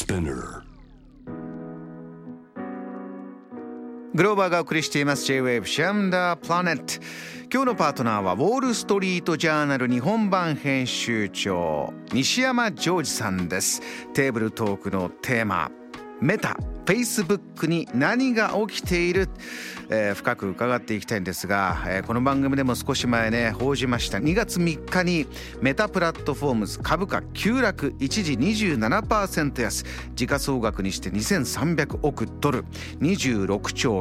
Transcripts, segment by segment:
Spinner。 グローバーがお送りしています J-Wave シャムダープラネット。今日のパートナーはウォールストリートジャーナル日本版編集長西山ジョージさんです。テーブルトークのテーマ、メタ Facebook に何が起きている、深く伺っていきたいんですが、この番組でも少し前ね報じました。2月3日にメタプラットフォームズ株価急落、一時 27% 安、時価総額にして2300億ドル、26兆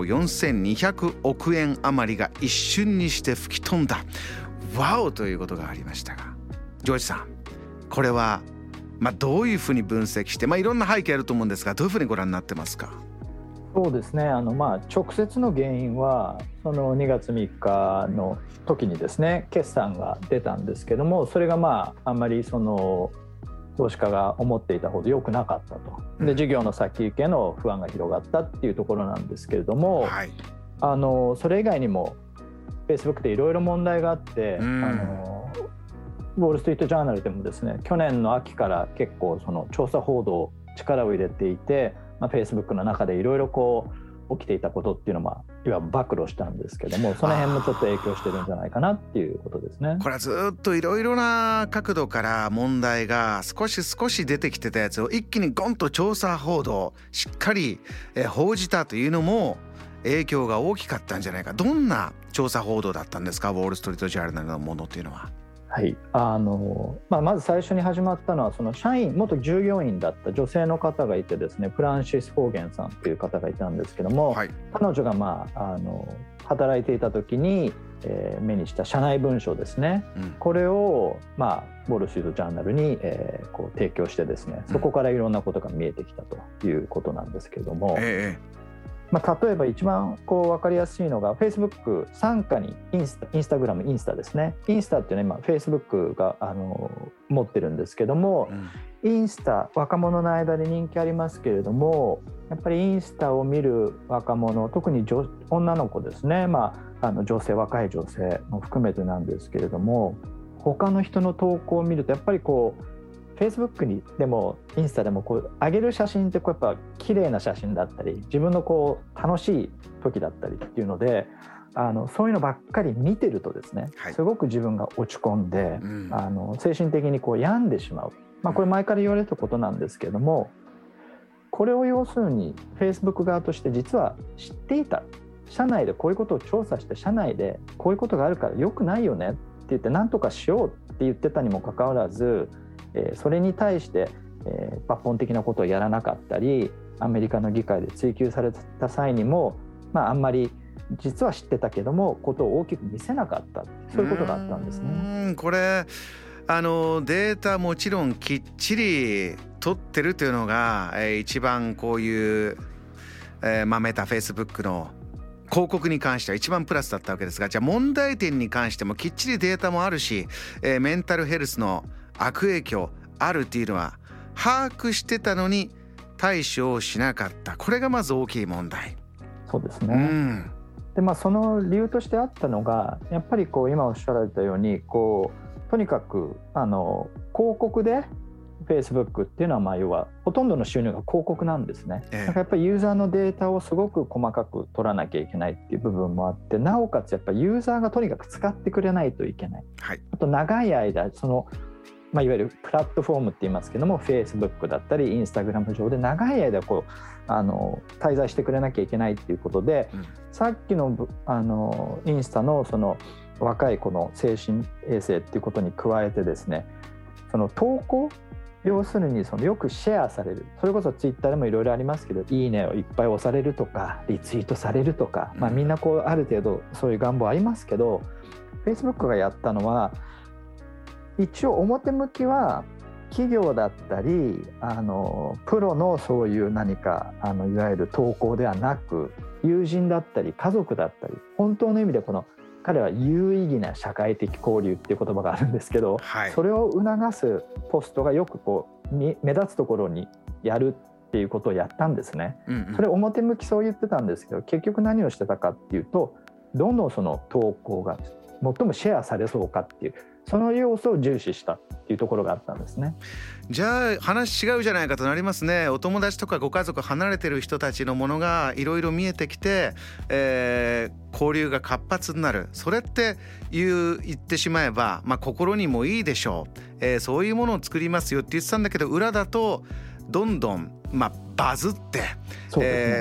4200億円余りが一瞬にして吹き飛んだ、ワオということがありましたが、ジョージさん、これはどういうふうに分析して、いろんな背景あると思うんですが、どういうふうにご覧になってますか？ そうですね、直接の原因はその2月3日の時にですね、決算が出たんですけども、それがあんまりその投資家が思っていたほど良くなかったと。で、事業の先行きへの不安が広がったっていうところなんですけれども、はい、それ以外にも Facebook でいろいろ問題があって、ウォールストリートジャーナルでもですね、去年の秋から結構その調査報道力を入れていて、Facebook の中でいろいろ起きていたことっていうのをいわば暴露したんですけども、その辺もちょっと影響してるんじゃないかなっていうことですね。 これはずっといろいろな角度から問題が少し出てきてたやつを一気にゴンと調査報道しっかり報じたというのも影響が大きかったんじゃないか。どんな調査報道だったんですか、ウォールストリートジャーナルのものっていうのは。 はい、まず最初に始まったのは、その元従業員だった女性の方がいてですね、フランシス・フォーゲンさんという方がいたんですけども、はい、彼女が働いていた時に、目にした社内文書ですね、これをウォールストリートジャーナルに、提供してですね、そこからいろんなことが見えてきたということなんですけども、例えば一番分かりやすいのが Facebook 傘下にインスタグラム、インスタですね。インスタっていうのは今 Facebook が持ってるんですけども、インスタ若者の間で人気ありますけれども、やっぱりインスタを見る若者、特に女の子ですね、女性、若い女性も含めてなんですけれども、他の人の投稿を見るとやっぱりFacebook にでもインスタでも上げる写真ってやっぱ綺麗な写真だったり、自分の楽しい時だったりっていうので、そういうのばっかり見てるとですね、すごく自分が落ち込んで、精神的に病んでしまう。これ前から言われたことなんですけれども、これを要するに Facebook 側として実は知っていた。社内でこういうことを調査して、社内でこういうことがあるから良くないよねって言って何とかしようって言ってたにもかかわらず、それに対して、抜本的なことをやらなかったり、アメリカの議会で追及された際にも、あんまり実は知ってたけどもことを大きく見せなかった、そういうことがあったんですね。 これデータもちろんきっちり取ってるというのが、一番こういう、メタ Facebook の広告に関しては一番プラスだったわけですが、じゃあ問題点に関してもきっちりデータもあるし、メンタルヘルスの悪影響あるっていうのは把握してたのに対処をしなかった。これがまず大きい問題。 そうですね、でその理由としてあったのが、やっぱり今おっしゃられたようにとにかく広告で Facebook っていうのは要はほとんどの収入が広告なんですね。だからやっぱりユーザーのデータをすごく細かく取らなきゃいけないっていう部分もあって、なおかつやっぱりユーザーがとにかく使ってくれないといけない、あと長い間いわゆるプラットフォームって言いますけども、 Facebook だったり Instagram 上で長い間滞在してくれなきゃいけないっていうことで、さっきのインスタのその若い子の精神衛生っていうことに加えてですね、その投稿、要するによくシェアされる、それこそツイッターでもいろいろありますけど、いいねをいっぱい押されるとかリツイートされるとか、みんなある程度そういう願望ありますけど、 Facebook がやったのは一応表向きは企業だったりプロのそういう何かいわゆる投稿ではなく、友人だったり家族だったり、本当の意味で彼は有意義な社会的交流っていう言葉があるんですけど、それを促すポストがよく目立つところにやるっていうことをやったんですね。それ表向きそう言ってたんですけど、結局何をしてたかっていうと、どのその投稿が最もシェアされそうかっていう、 その要素を重視したっていうところがあったんですね。 じゃあ話違うじゃないかとなりますね。お友達とかご家族離れてる人たちのものがいろいろ見えてきて、交流が活発になる。それって言ってしまえば、心にもいいでしょう、そういうものを作りますよって言ってたんだけど、裏だとどんどんバズって、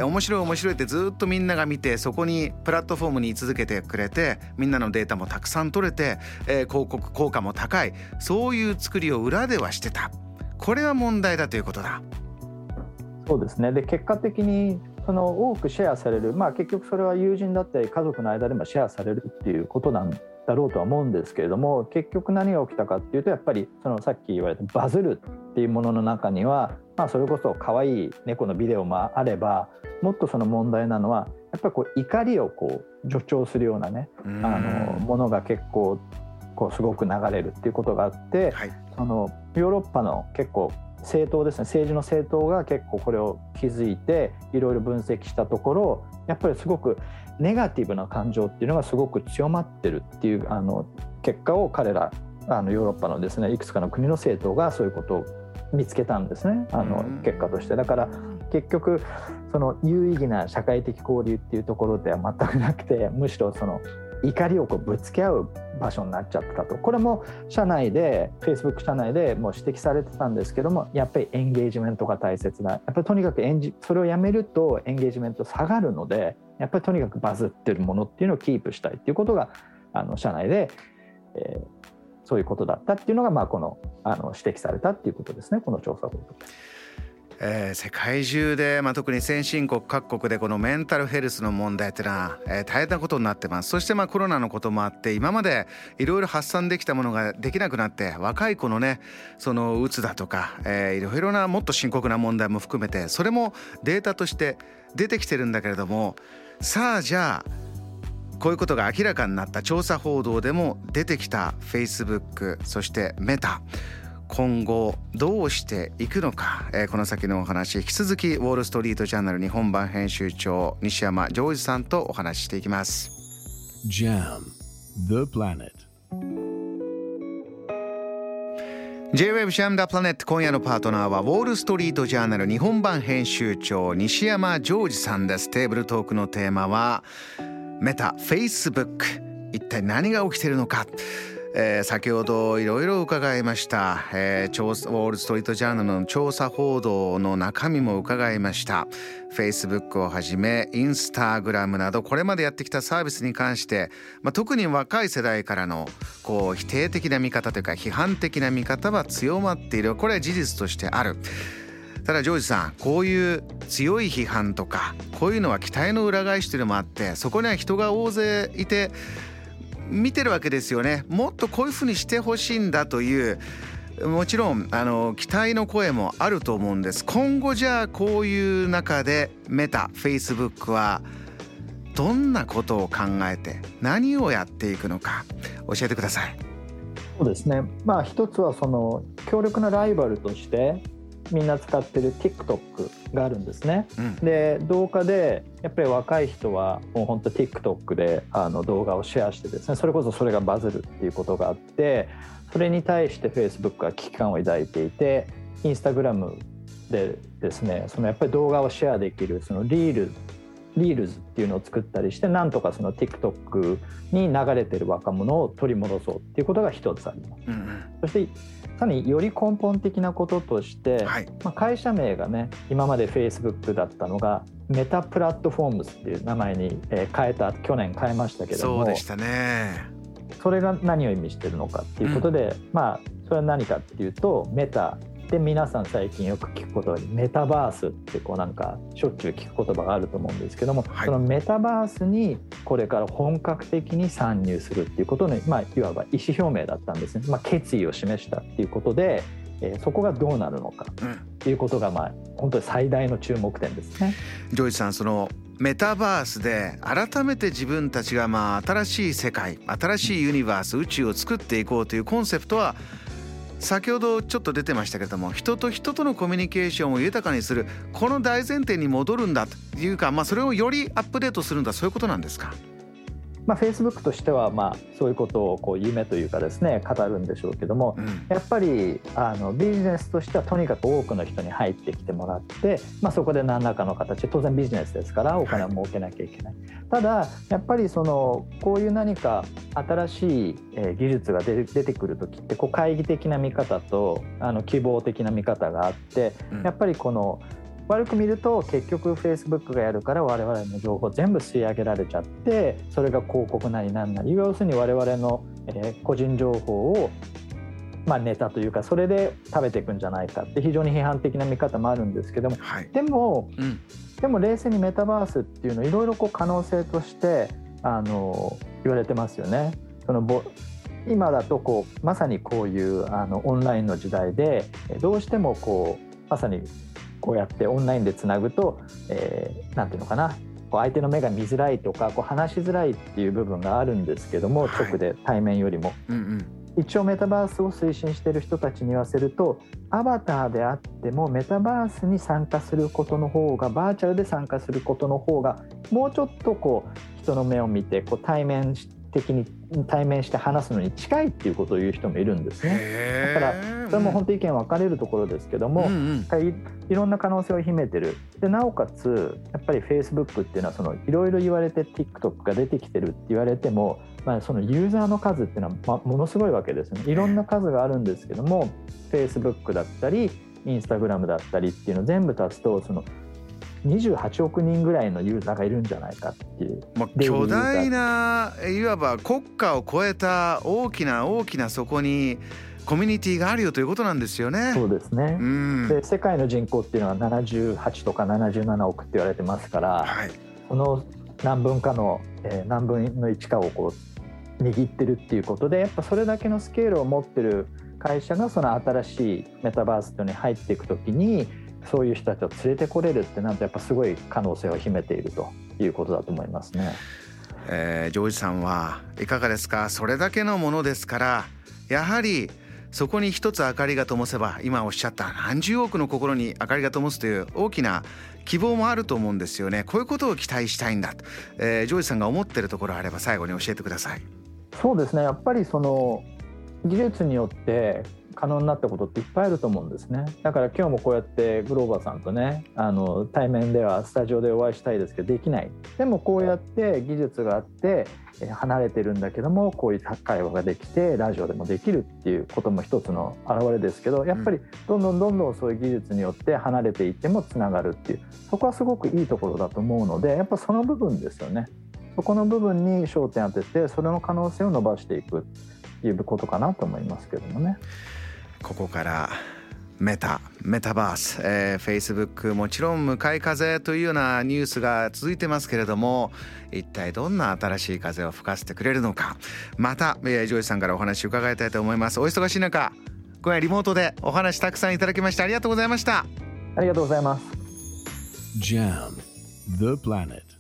面白いってずっとみんなが見て、そこにプラットフォームに居続けてくれて、みんなのデータもたくさん取れて、広告効果も高い、そういう作りを裏ではしてた。これは問題だということだ。 そうですね。で結果的にその多くシェアされる、結局それは友人だったり家族の間でもシェアされるっていうことなんだろうとは思うんですけれども、結局何が起きたかっていうと、やっぱりそのさっき言われたバズるっていうものの中には、それこそ可愛い猫のビデオもあれば、もっとその問題なのはやっぱり怒りを助長するようなね、ものが結構すごく流れるっていうことがあって、そのヨーロッパの結構政党ですね、政治の政党が結構これを気づいていろいろ分析したところ、やっぱりすごくネガティブな感情っていうのがすごく強まってるっていう結果を彼らヨーロッパのですねいくつかの国の政党がそういうことを見つけたんですね、結果として。だから結局その有意義な社会的交流っていうところでは全くなくて、むしろその怒りをぶつけ合う場所になっちゃったと。これも社内で Facebook 社内でもう指摘されてたんですけども、やっぱりエンゲージメントが大切だ。やっぱりとにかくそれをやめるとエンゲージメント下がるので、やっぱりとにかくバズってるものっていうのをキープしたいっていうことが社内で、そういうことだったっていうのがこの指摘されたっていうことですね、この調査報告。 世界中で、特に先進国各国でこのメンタルヘルスの問題ってのは、大変なことになってます。そしてコロナのこともあって、今までいろいろ発散できたものができなくなって、若い子のねそのうつだとか、いろいろなもっと深刻な問題も含めて、それもデータとして出てきてるんだけれども、さあじゃあこういうことが明らかになった調査報道でも出てきた Facebook、 そしてメタ、今後どうしていくのか、この先のお話、引き続きウォールストリートジャーナル日本版編集長西山ジョージさんとお話ししていきます。 JAM The Planet J-Wave JAM The Planet、 今夜のパートナーはウォールストリートジャーナル日本版編集長西山ジョージさんです。テーブルトークのテーマはメタ Facebook、 一体何が起きているのか、先ほどいろいろ伺いました、ウォールストリートジャーナルの調査報道の中身も伺いました。 Facebook をはじめインスタグラムなどこれまでやってきたサービスに関して、特に若い世代からの否定的な見方というか批判的な見方は強まっている。これは事実としてある。ただジョージさん、こういう強い批判とかこういうのは期待の裏返しというのもあって、そこには人が大勢いて見てるわけですよね。もっとこういうふうにしてほしいんだという、もちろん期待の声もあると思うんです。今後じゃあこういう中でメタ Facebook はどんなことを考えて何をやっていくのか教えてください。 そうですね、一つはその強力なライバルとしてみんな使ってる TikTok があるんですね、で動画でやっぱり若い人はもう本当 TikTok で動画をシェアしてですね、それこそそれがバズるっていうことがあって、それに対して Facebook は危機感を抱いていて、インスタグラムでですね、そのやっぱり動画をシェアできるそのリールズっていうのを作ったりして、なんとかその TikTok に流れてる若者を取り戻そうっていうことが一つあります、そしてさらにより根本的なこととして、会社名がね今まで Facebook だったのがメタプラットフォームズっていう名前に去年変えましたけども、 そうでしたね。 それが何を意味してるのかっていうことで、それは何かっていうと、メタで皆さん最近よく聞く言葉にメタバースってなんかしょっちゅう聞く言葉があると思うんですけども、そのメタバースにこれから本格的に参入するっていうことの、いわば意思表明だったんですね、決意を示したっていうことで、そこがどうなるのかっていうことが本当に最大の注目点ですね。 ジョージさん、そのメタバースで改めて自分たちが新しい世界、新しいユニバース、宇宙を作っていこうというコンセプトは先ほどちょっと出てましたけれども、人と人とのコミュニケーションを豊かにする、この大前提に戻るんだというか、それをよりアップデートするんだ、そういうことなんですか？ Facebook としてはそういうことを夢というかですね語るんでしょうけども、やっぱりビジネスとしてはとにかく多くの人に入ってきてもらって、そこで何らかの形、当然ビジネスですからお金を儲けなきゃいけない、ただやっぱりこういう何か新しい技術が出てくる時って懐疑的な見方と希望的な見方があって、やっぱり悪く見ると結局 Facebook がやるから我々の情報全部吸い上げられちゃって、それが広告なりなんなり、要するに我々の個人情報をネタというかそれで食べていくんじゃないかって非常に批判的な見方もあるんですけども、でも冷静にメタバースっていうのいろいろ可能性として言われてますよね。今だとまさにこういうオンラインの時代でどうしてもまさにこうやってオンラインでつなぐと、なんていうのかな、相手の目が見づらいとか話しづらいっていう部分があるんですけども、直で対面よりも、一応メタバースを推進している人たちに言わせると、アバターであってもメタバースに参加することの方が、バーチャルで参加することの方がもうちょっと人の目を見て対面して話すのに近いっていうことを言う人もいるんですね。だからそれも本当意見分かれるところですけども、いろんな可能性を秘めてる。でなおかつやっぱり Facebook っていうのはいろいろ言われて TikTok が出てきてるって言われても、そのユーザーの数っていうのはものすごいわけですね。いろんな数があるんですけども、 Facebook だったり Instagram だったりっていうのを全部足すと28億人ぐらいのユーザーがいるんじゃないかっていう、 巨大ないわば国家を超えた大きなそこにコミュニティがあるよということなんですよね。 そうですね、で世界の人口っていうのは78とか77億って言われてますから、その何分かの、何分の1かを握ってるっていうことで、やっぱそれだけのスケールを持ってる会社がその新しいメタバースに入っていくときにそういう人たちを連れてこれるってなんとやっぱすごい可能性を秘めているということだと思いますね。 ジョージさんはいかがですか？それだけのものですからやはりそこに一つ明かりが灯せば、今おっしゃった何十億の心に明かりが灯すという大きな希望もあると思うんですよね。こういうことを期待したいんだと、ジョージさんが思っているところあれば最後に教えてください。 そうですね、やっぱり技術によって可能になったことっていっぱいあると思うんですね。だから今日もこうやってグローバーさんとね対面ではスタジオでお会いしたいですけどできない。でもこうやって技術があって離れてるんだけどもこういう会話ができてラジオでもできるっていうことも一つの表れですけど、やっぱりどんどんそういう技術によって離れていってもつながるっていう、そこはすごくいいところだと思うので、やっぱその部分ですよね。そこの部分に焦点当ててそれの可能性を伸ばしていくっていうことかなと思いますけどもね。 ここからメタバース、Facebook もちろん向かい風というようなニュースが続いてますけれども、一体どんな新しい風を吹かせてくれるのか、またジョージさんからお話を伺いたいと思います。お忙しい中今夜リモートでお話たくさんいただきましてありがとうございました。 ありがとうございます。 JAM The Planet